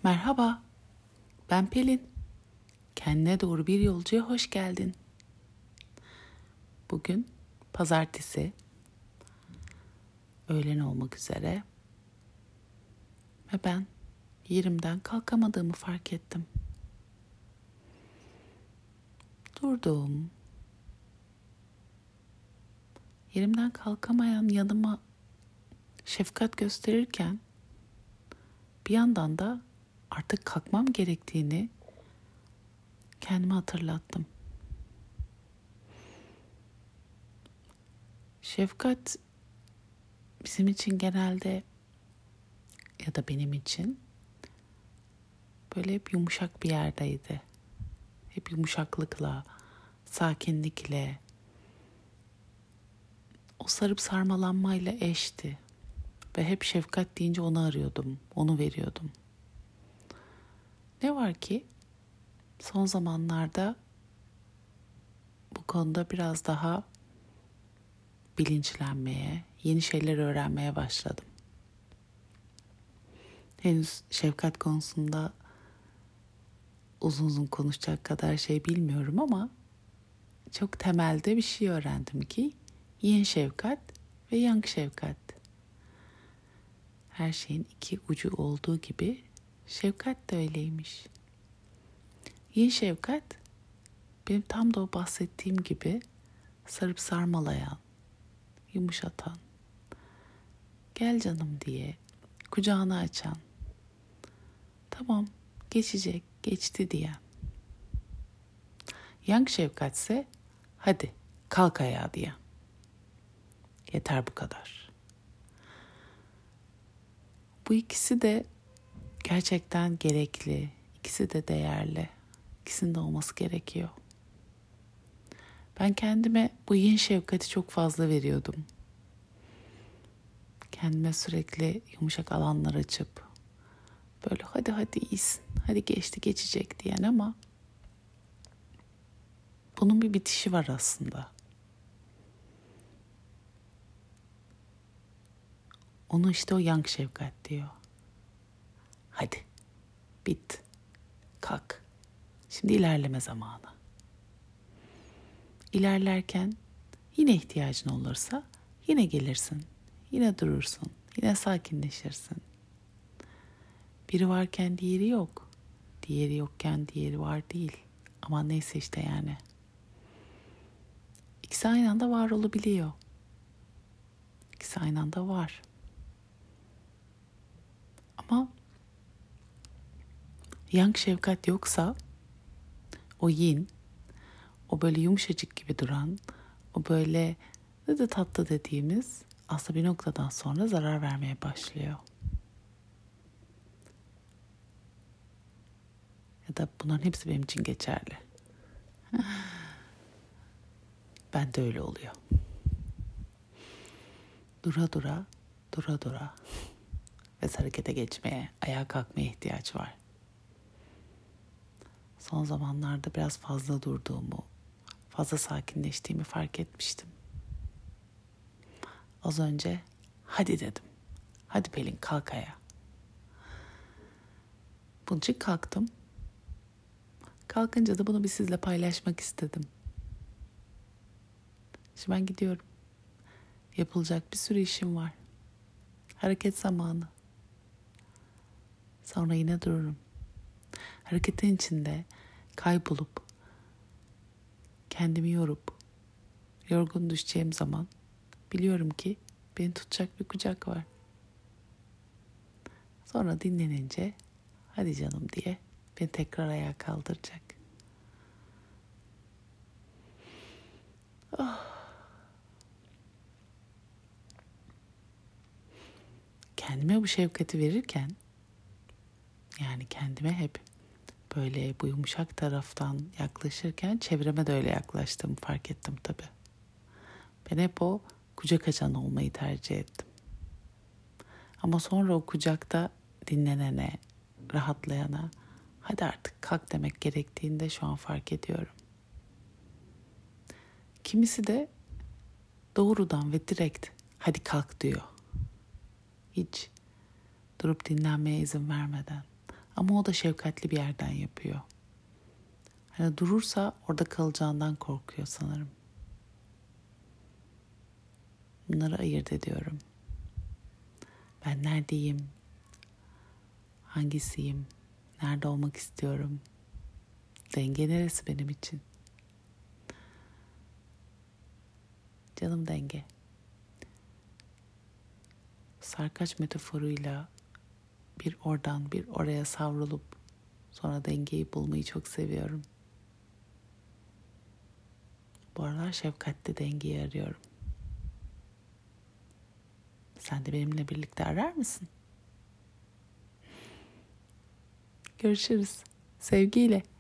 Merhaba, ben Pelin. Kendine doğru bir yolcuya hoş geldin. Bugün pazartesi, öğlen olmak üzere ve ben yerimden kalkamadığımı fark ettim. Durdum. Yerimden kalkamayan yanıma şefkat gösterirken bir yandan da artık kalkmam gerektiğini kendime hatırlattım. Şefkat bizim için genelde ya da benim için böyle hep yumuşak bir yerdeydi. Hep yumuşaklıkla, sakinlikle, o sarıp sarmalanmayla eşti. Ve hep şefkat deyince onu arıyordum, onu veriyordum. Ne var ki son zamanlarda bu konuda biraz daha bilinçlenmeye, yeni şeyler öğrenmeye başladım. Henüz şefkat konusunda uzun uzun konuşacak kadar şey bilmiyorum ama çok temelde bir şey öğrendim ki yin şefkat ve yang şefkat. Her şeyin iki ucu olduğu gibi şefkat de öyleymiş. Yin şefkat benim tam da o bahsettiğim gibi sarıp sarmalayan, yumuşatan, gel canım diye kucağını açan, tamam geçecek, geçti diyen. Yang şefkatse hadi kalk ayağa diyen. Yeter bu kadar. Bu ikisi de gerçekten gerekli, ikisi de değerli, ikisinin de olması gerekiyor. Ben kendime bu yin şefkati çok fazla veriyordum. Kendime sürekli yumuşak alanlar açıp böyle hadi iyisin, hadi geçti geçecek diyen ama bunun bir bitişi var aslında. Onu işte o yang şefkat diyor. Hadi bit, kalk. Şimdi ilerleme zamanı. İlerlerken yine ihtiyacın olursa yine gelirsin. Yine durursun. Yine sakinleşirsin. Biri varken diğeri yok. Diğeri yokken diğeri var değil. Ama neyse işte yani. İkisi aynı anda var olabiliyor. İkisi aynı anda var. Ama yang şefkat yoksa o yin, o böyle yumuşacık gibi duran, o böyle de tatlı dediğimiz aslında bir noktadan sonra zarar vermeye başlıyor. Ya da bunların hepsi benim için geçerli. Ben de öyle oluyor. Dura dura ve harekete geçmeye, ayağa kalkmaya ihtiyaç var. Son zamanlarda biraz fazla durduğumu, fazla sakinleştiğimi fark etmiştim. Az önce hadi dedim. Hadi Pelin kalk ayağa. Bunun için kalktım. Kalkınca da bunu bir sizle paylaşmak istedim. Şimdi ben gidiyorum. Yapılacak bir sürü işim var. Hareket zamanı. Sonra yine dururum. Hareketin içinde kaybolup, kendimi yorup, yorgun düşeceğim zaman biliyorum ki beni tutacak bir kucak var. Sonra dinlenince hadi canım diye beni tekrar ayağa kaldıracak. Kendime bu şefkati verirken, yani kendime hep böyle bu yumuşak taraftan yaklaşırken çevreme de öyle yaklaştığımı fark ettim tabii. Ben hep o kucak açan olmayı tercih ettim. Ama sonra o kucakta dinlenene, rahatlayana hadi artık kalk demek gerektiğini de şu an fark ediyorum. Kimisi de doğrudan ve direkt hadi kalk diyor. Hiç durup dinlenmeye izin vermeden. Ama o da şefkatli bir yerden yapıyor. Hani durursa orada kalacağından korkuyor sanırım. Bunları ayırt ediyorum. Ben neredeyim? Hangisiyim? Nerede olmak istiyorum? Denge neresi benim için? Canım denge. Sarkaç metaforuyla bir oradan bir oraya savrulup sonra dengeyi bulmayı çok seviyorum. Bu aralar şefkatli dengeyi arıyorum. Sen de benimle birlikte arar mısın? Görüşürüz. Sevgiyle.